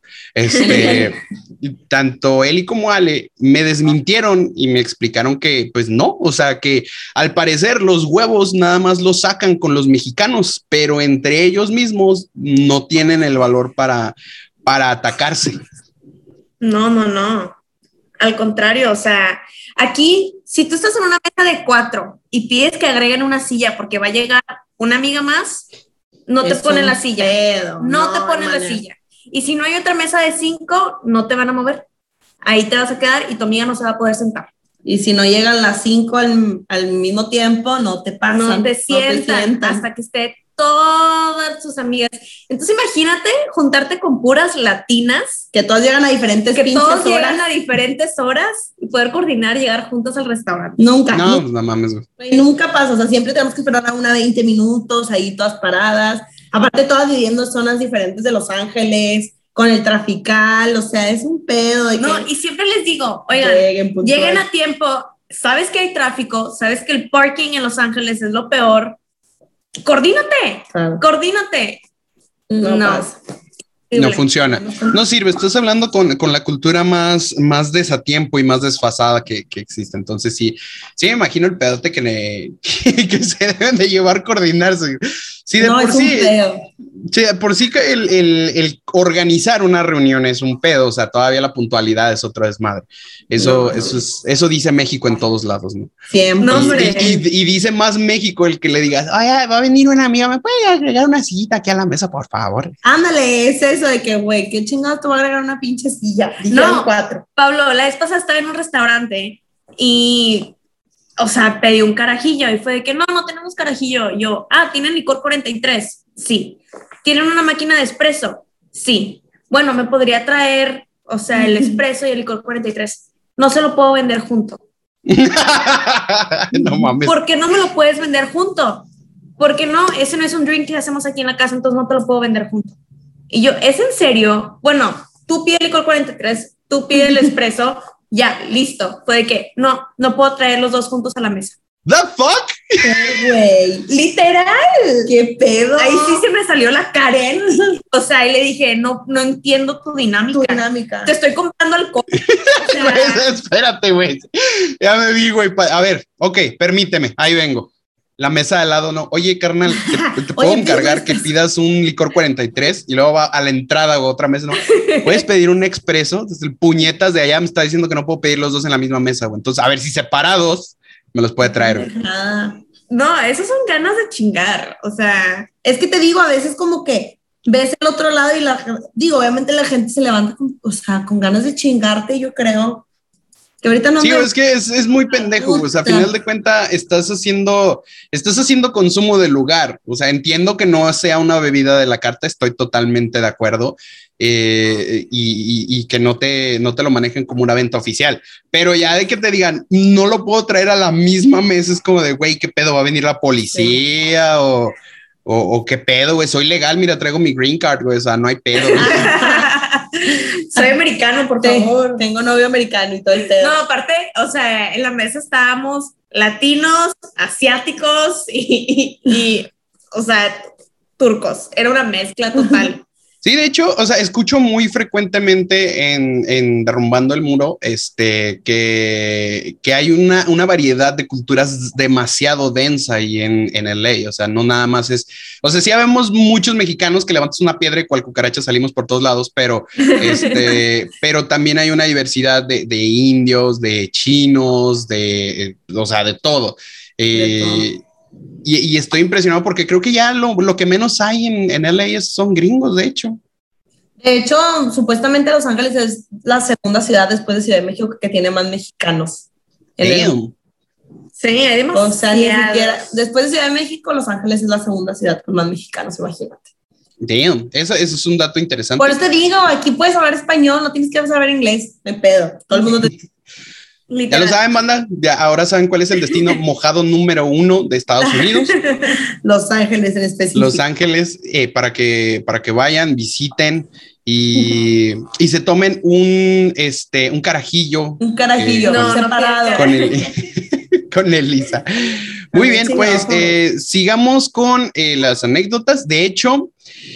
Tanto Eli como Ale me desmintieron y me explicaron que, pues no, o sea, que al parecer los huevos nada más los sacan con los mexicanos, pero entre ellos mismos no tienen el valor para atacarse. No. Al contrario, o sea, aquí, si tú estás en una mesa de 4 y pides que agreguen una silla porque va a llegar una amiga más, no te ponen la silla. No te ponen la silla. Y si no hay otra mesa de 5, no te van a mover. Ahí te vas a quedar y tu amiga no se va a poder sentar. Y si no llegan las 5 al mismo tiempo, no te pasan. No te sientan hasta que esté todas tus amigas. Entonces imagínate juntarte con puras latinas. Que todas llegan a diferentes horas y poder coordinar llegar juntas al restaurante. Nunca. No mames. Nunca pasa, o sea, siempre tenemos que esperar a 20 minutos ahí todas paradas. Aparte todas viviendo en zonas diferentes de Los Ángeles, con el trafical, o sea, es un pedo. Y siempre les digo, oigan, lleguen a tiempo, sabes que hay tráfico, sabes que el parking en Los Ángeles es lo peor. Coordínate. No funciona. No sirve. Estás hablando con la cultura más desatiempo y más desfasada que existe. Entonces sí me imagino el pedote que se deben de llevar coordinarse. Sí, de por sí. Sí, de por sí que el organizar una reunión es un pedo. O sea, todavía la puntualidad es otro desmadre. Eso dice México en todos lados, ¿no? Siempre. Y dice más México el que le digas, ay, va a venir una amiga, ¿me puede agregar una sillita aquí a la mesa, por favor? Ándale, es eso de que, güey, qué chingado te voy a agregar una pinche silla. No, 4. Pablo, la vez pasada estaba en un restaurante y, o sea, pedí un carajillo y fue de que no tenemos carajillo. Yo, ¿tienen licor 43? Sí. ¿Tienen una máquina de espresso? Sí. Bueno, me podría traer, o sea, el espresso y el licor 43. No se lo puedo vender junto. No mames. ¿Por qué no me lo puedes vender junto? Porque no, ese no es un drink que hacemos aquí en la casa, entonces no te lo puedo vender junto. Y yo, ¿es en serio? Bueno, tú pide el licor 43, tú pide el espresso, ya, listo. Fue de que no puedo traer los dos juntos a la mesa. ¿The fuck? Güey, literal. ¿Qué pedo? Ahí sí se me salió la Karen. O sea, y le dije, no entiendo tu dinámica. Te estoy comprando alcohol. O sea, espérate, güey. Ya me vi, güey. A ver, ok, permíteme. Ahí vengo. La mesa de al lado, no. Oye, carnal, ¿te puedo encargar que pidas un licor 43 y luego va a la entrada o otra mesa? No. ¿Puedes pedir un expreso? Desde el puñetas de allá me está diciendo que no puedo pedir los dos en la misma mesa, güey. Entonces, a ver si separados me los puede traer, güey. No, esos son ganas de chingar. O sea, es que te digo, a veces como que ves el otro lado y obviamente la gente se levanta con ganas de chingarte, yo creo. Que ahorita no sí, me... es que es muy pendejo, o sea, a final de cuentas estás haciendo consumo de lugar, o sea, entiendo que no sea una bebida de la carta, estoy totalmente de acuerdo, y que no te lo manejen como una venta oficial, pero ya de que te digan, no lo puedo traer a la misma mesa, es como de, güey, ¿qué pedo? ¿Va a venir la policía? Sí. O qué pedo, güey, soy legal, mira, traigo mi green card, güey, o sea, no hay pedo. Soy americano, por favor. Tengo novio americano y todo el pedo. No, aparte, o sea, en la mesa estábamos latinos, asiáticos y o sea, turcos. Era una mezcla total. Sí, de hecho, o sea, escucho muy frecuentemente en Derrumbando el Muro, que hay una variedad de culturas demasiado densa ahí en LA, o sea, no nada más es, o sea, sí vemos muchos mexicanos que levantas una piedra y cual cucaracha salimos por todos lados, pero pero también hay una diversidad de indios, de chinos, o sea, de todo. Y estoy impresionado porque creo que ya lo que menos hay en LA son gringos, de hecho. De hecho, supuestamente Los Ángeles es la segunda ciudad después de Ciudad de México que tiene más mexicanos. Sí, hay demasiado. O sea, ni siquiera, después de Ciudad de México, Los Ángeles es la segunda ciudad con más mexicanos, imagínate. Damn, eso es un dato interesante. Por eso te digo, aquí puedes hablar español, no tienes que saber inglés, me pedo. Todo el mundo te... Ya lo saben, banda, ya ahora saben cuál es el destino mojado número 1 de Estados Unidos. Los Ángeles en específico. Los Ángeles, para que vayan, visiten y se tomen un carajillo. Un carajillo, separado. Con Elisa. Muy bien, pues sigamos con las anécdotas. De hecho,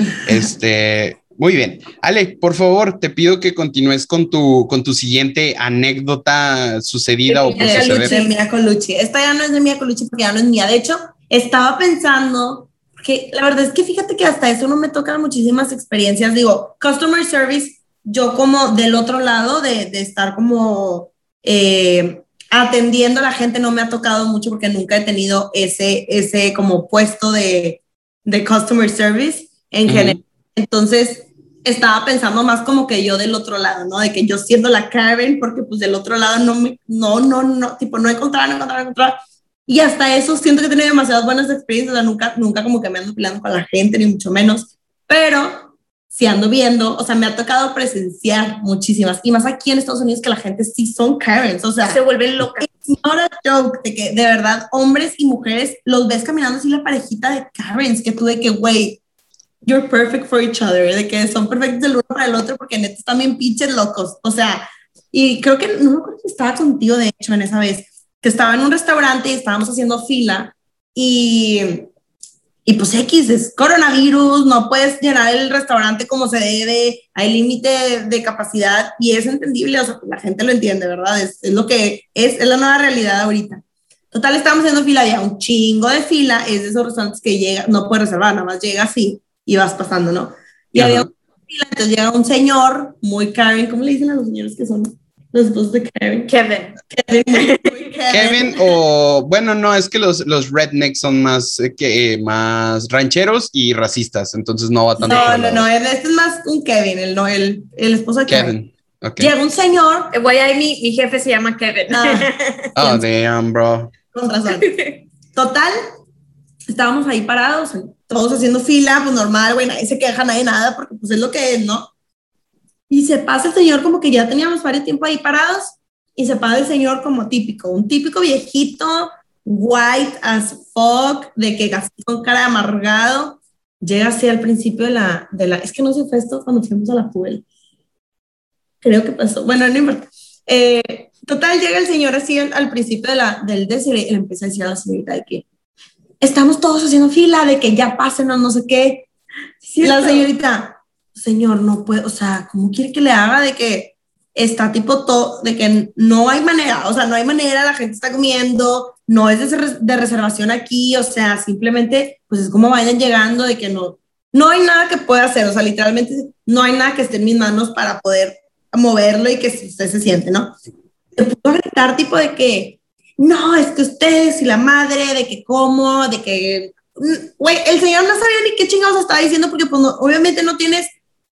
muy bien. Ale, por favor, te pido que continúes con tu siguiente anécdota sucedida o por suceder. De Mia Colucci. Esta ya no es de Mia Colucci porque ya no es mía. De hecho, estaba pensando, porque la verdad es que fíjate que hasta eso no me tocan muchísimas experiencias. Digo, customer service, yo como del otro lado de estar como atendiendo a la gente no me ha tocado mucho porque nunca he tenido ese como puesto de customer service en general. Entonces, estaba pensando más como que yo del otro lado, ¿no? De que yo siendo la Karen, porque pues del otro lado tipo, no encontraba. Y hasta eso siento que he tenido demasiadas buenas experiencias, o sea, nunca como que me ando peleando con la gente, ni mucho menos, pero sí ando viendo, o sea, me ha tocado presenciar muchísimas, y más aquí en Estados Unidos que la gente sí son Karens, o sea, se vuelven locas. It's not a joke, de que de verdad hombres y mujeres los ves caminando así la parejita de Karens, que tú de que, güey, you're perfect for each other, de que son perfectos el uno para el otro porque neta están bien pinches locos, o sea, y creo que, no me acuerdo si estaba contigo de hecho en esa vez, que estaba en un restaurante y estábamos haciendo fila y pues X, es coronavirus, no puedes llenar el restaurante como se debe, hay límite de capacidad y es entendible, o sea, pues la gente lo entiende, ¿verdad? Es lo que es la nueva realidad ahorita. Total, estábamos haciendo fila, había un chingo de fila, es de esos restaurantes que llega, no puedes reservar, nada más llega así y vas pasando, ¿no? Y había una fila, entonces llega un señor muy Karen, ¿cómo le dicen a los señores que son los esposos de Karen? Kevin. Kevin, o bueno, no, es que los rednecks son más rancheros y racistas, entonces no va tanto. No, este es más un Kevin, el esposo de Kevin. Okay. Llega un señor. Mi jefe se llama Kevin. Oh, damn, bro. Con razón. Total, estábamos ahí parados, todos haciendo fila, pues normal, güey, nadie se queja, nadie nada, porque pues es lo que es, ¿no? Y se pasa el señor como que ya teníamos varios tiempo ahí parados, y se pasa el señor como típico, un típico viejito, white as fuck, de que así con cara de amargado, llega así al principio de la, es que no sé fue esto cuando fuimos a la Puebla. Creo que pasó, bueno, no importa. Total, llega el señor así al principio del y le empieza a decir a la señorita de que estamos todos haciendo fila, de que ya pasen o no sé qué. Sí, la señorita, señor, no puede, o sea, ¿cómo quiere que le haga de que está tipo todo, de que no hay manera, o sea, no hay manera, la gente está comiendo, no es de reservación aquí, o sea, simplemente, pues es como vayan llegando, de que no hay nada que pueda hacer, o sea, literalmente no hay nada que esté en mis manos para poder moverlo y que usted se siente, ¿no? Se puso a gritar tipo de que, no, es que ustedes y la madre, de que cómo, de que, güey, el señor no sabía ni qué chingados estaba diciendo porque pues no, obviamente no tienes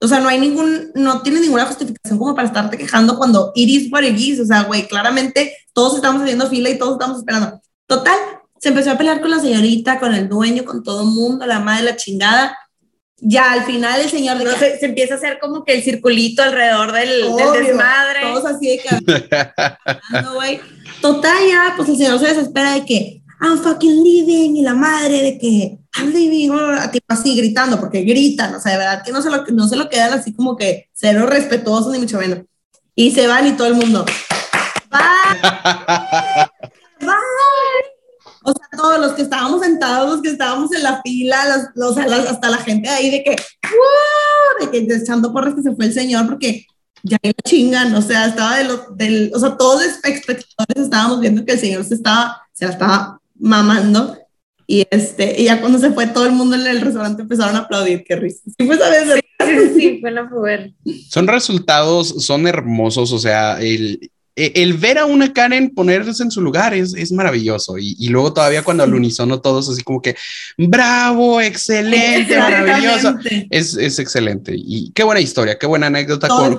O sea, no tiene ninguna justificación como para estarte quejando cuando it is what it is. O sea, güey, claramente todos estamos haciendo fila y todos estamos esperando. Total, se empezó a pelear con la señorita, con el dueño, con todo el mundo, la madre de la chingada. Ya al final el señor se empieza a hacer como que el circulito alrededor del desmadre. Todos así de que güey. Total, ya, pues el señor se desespera de que I'm fucking leaving, y la madre de que I'm leaving, tipo así gritando, porque gritan, o sea, de verdad que no se lo quedan así como que cero respetuosos ni mucho menos. Y se van y todo el mundo, bye, bye. O sea, todos los que estábamos sentados, los que estábamos en la fila, hasta la gente de ahí de que, ¡wow! De que echando porras que se fue el señor, porque ya la chingan, o sea, estaba o sea, todos los espectadores estábamos viendo que el señor se la estaba mamando, y ya cuando se fue todo el mundo en el restaurante empezaron a aplaudir, qué risa. Sí, pues a veces. Sí, fue la fuga. Son resultados, son hermosos, o sea, el ver a una Karen ponerse en su lugar es maravilloso, y luego todavía cuando al unísono todos así como que bravo, excelente, maravilloso, es excelente, y qué buena historia, qué buena anécdota, con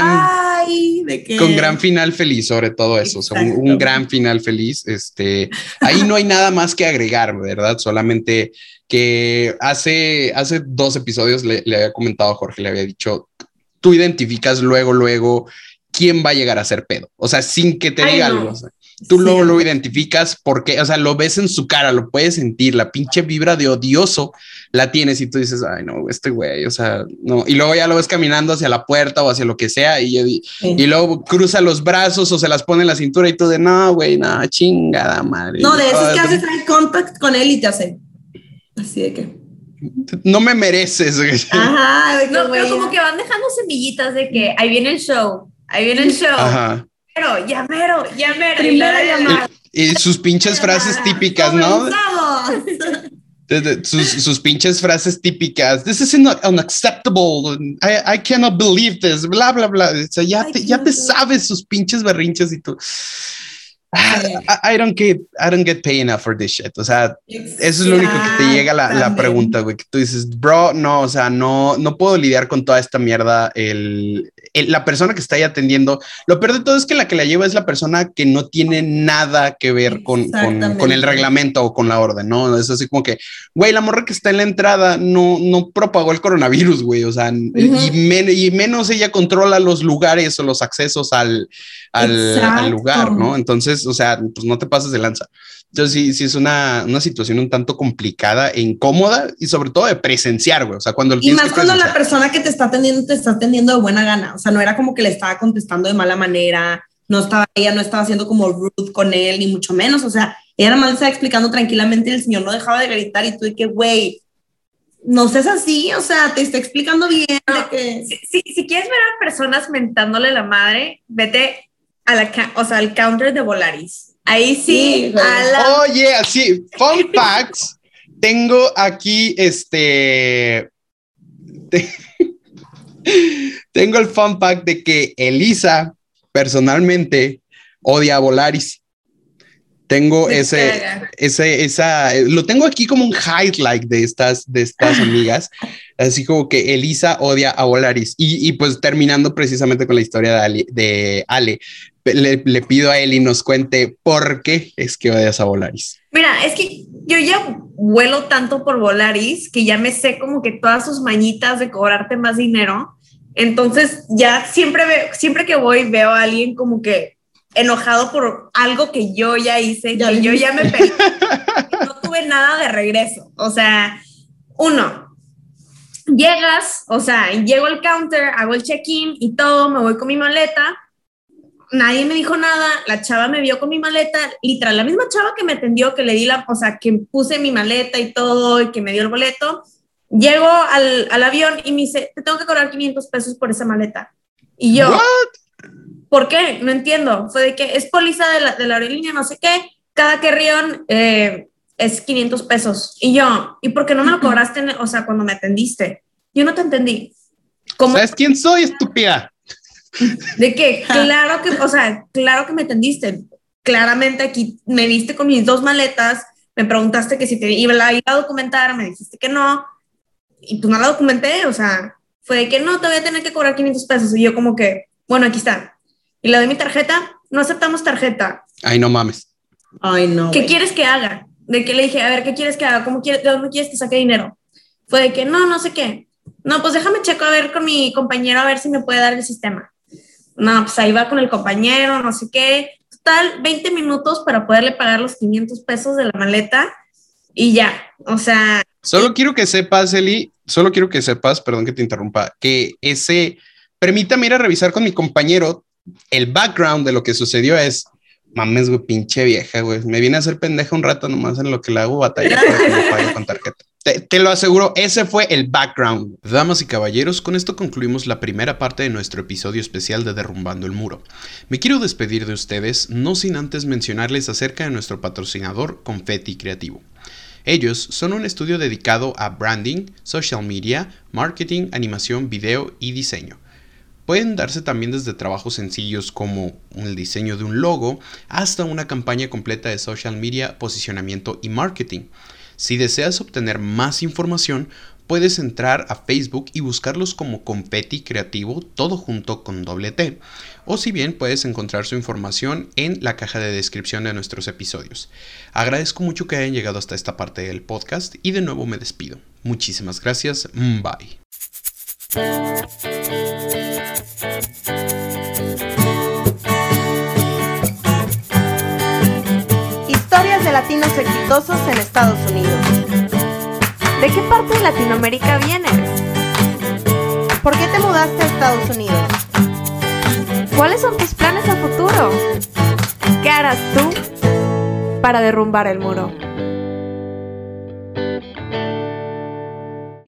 gran final feliz, sobre todo eso. O sea, un gran final feliz. Ahí no hay nada más que agregar, ¿verdad? Solamente que hace 2 episodios le había comentado a Jorge, le había dicho, tú identificas luego quién va a llegar a ser pedo, o sea, sin que te diga algo, o sea, tú sí, luego lo identificas porque, o sea, lo ves en su cara, lo puedes sentir, la pinche vibra de odioso la tienes, y tú dices, ay no, este güey, o sea, no, y luego ya lo ves caminando hacia la puerta o hacia lo que sea, y luego cruza los brazos o se las pone en la cintura, y tú de, no, güey, no, chingada madre. No, de esos que haces eye contact con él y te hacen así de que no me mereces. Ajá, no, pero como que van dejando semillitas de que ahí viene el show. Ajá. Pero ya mero. Primera llamada. Y sus pinches frases típicas, ¿no? Sus pinches frases típicas. This is unacceptable. I cannot believe this. Bla, bla, bla. O sea, ya te sabes sus pinches berrinches, y tú. I don't get paid enough for this shit. O sea, eso es lo único que te llega la pregunta, güey, que tú dices, bro, no, o sea, no puedo lidiar con toda esta mierda. La persona que está ahí atendiendo, lo peor de todo es que la que la lleva es la persona que no tiene nada que ver con el reglamento o con la orden, ¿no? Es así como que, güey, la morra que está en la entrada no propagó el coronavirus, güey, o sea, y menos ella controla los lugares o los accesos al lugar, ¿no? Entonces, o sea, pues no te pases de lanza. Entonces sí es una situación un tanto complicada e incómoda, y sobre todo de presenciar, güey. O sea, cuando y más cuando la persona que te está atendiendo de buena gana. O sea, no era como que le estaba contestando de mala manera, ella no estaba haciendo como rude con él, ni mucho menos. O sea, ella nada más le estaba explicando tranquilamente y el señor no dejaba de gritar, y tú de que, güey, no seas así, o sea, te está explicando bien. No, de que... si quieres ver a personas mentándole la madre, vete al counter de Volaris. Ahí sí. Oye, sí, fun facts. Tengo aquí tengo el fun fact de que Elisa personalmente odia a Volaris. Tengo lo tengo aquí como un highlight de estas amigas, así como que Elisa odia a Volaris, y pues terminando precisamente con la historia de Ale, le pido a Eli nos cuente por qué es que odias a Volaris. Mira, es que yo ya vuelo tanto por Volaris que ya me sé como que todas sus mañitas de cobrarte más dinero, entonces ya siempre que voy veo a alguien como que enojado por algo que yo ya hice, yo ya me peleé, no tuve nada de regreso. O sea, llego al counter, hago el check-in y todo, me voy con mi maleta, nadie me dijo nada, la chava me vio con mi maleta, literal, la misma chava que me atendió, que le di que puse mi maleta y todo, y que me dio el boleto, llego al avión y me dice, te tengo que cobrar 500 pesos por esa maleta. Y yo, ¿what? ¿Por qué? No entiendo. Fue de que es póliza de la aerolínea, no sé qué, cada carry-on es 500 pesos. Y yo, ¿y por qué no me lo cobraste, cuando me atendiste? Yo no te entendí. ¿Cómo? ¿Sabes quién soy, estúpida? De que, claro que me atendiste. Claramente aquí me viste con mis 2 maletas, me preguntaste que si te iba a documentar, me dijiste que no, y pues no la documenté, o sea, fue de que no, te voy a tener que cobrar 500 pesos. Y yo como que, bueno, aquí está. Y le doy mi tarjeta, no aceptamos tarjeta. Ay, no mames. Ay, no. ¿Qué quieres que haga? De que le dije, a ver, ¿qué quieres que haga? ¿De dónde quieres que saque dinero? Fue de que no sé qué. No, pues déjame checo a ver con mi compañero a ver si me puede dar el sistema. No, pues ahí va con el compañero, no sé qué. Total, 20 minutos para poderle pagar los 500 pesos de la maleta y ya, o sea... Solo quiero que sepas, Eli, perdón que te interrumpa, que permítame ir a revisar con mi compañero el background de lo que sucedió es, mames, güey, pinche vieja, güey, me viene a hacer pendeja un rato nomás en lo que le hago batalla para que me pague con tarjeta. Te lo aseguro, ese fue el background. Damas y caballeros, con esto concluimos la primera parte de nuestro episodio especial de Derrumbando el Muro. Me quiero despedir de ustedes, no sin antes mencionarles acerca de nuestro patrocinador Confetti Creativo. Ellos son un estudio dedicado a branding, social media, marketing, animación, video y diseño. Pueden darse también desde trabajos sencillos como el diseño de un logo hasta una campaña completa de social media, posicionamiento y marketing. Si deseas obtener más información, puedes entrar a Facebook y buscarlos como Confetti Creativo, todo junto con T. O si bien puedes encontrar su información en la caja de descripción de nuestros episodios. Agradezco mucho que hayan llegado hasta esta parte del podcast y de nuevo me despido. Muchísimas gracias. Bye. Historias de latinos exitosos en Estados Unidos. ¿De qué parte de Latinoamérica vienes? ¿Por qué te mudaste a Estados Unidos? ¿Cuáles son tus planes a futuro? ¿Qué harás tú para derrumbar el muro?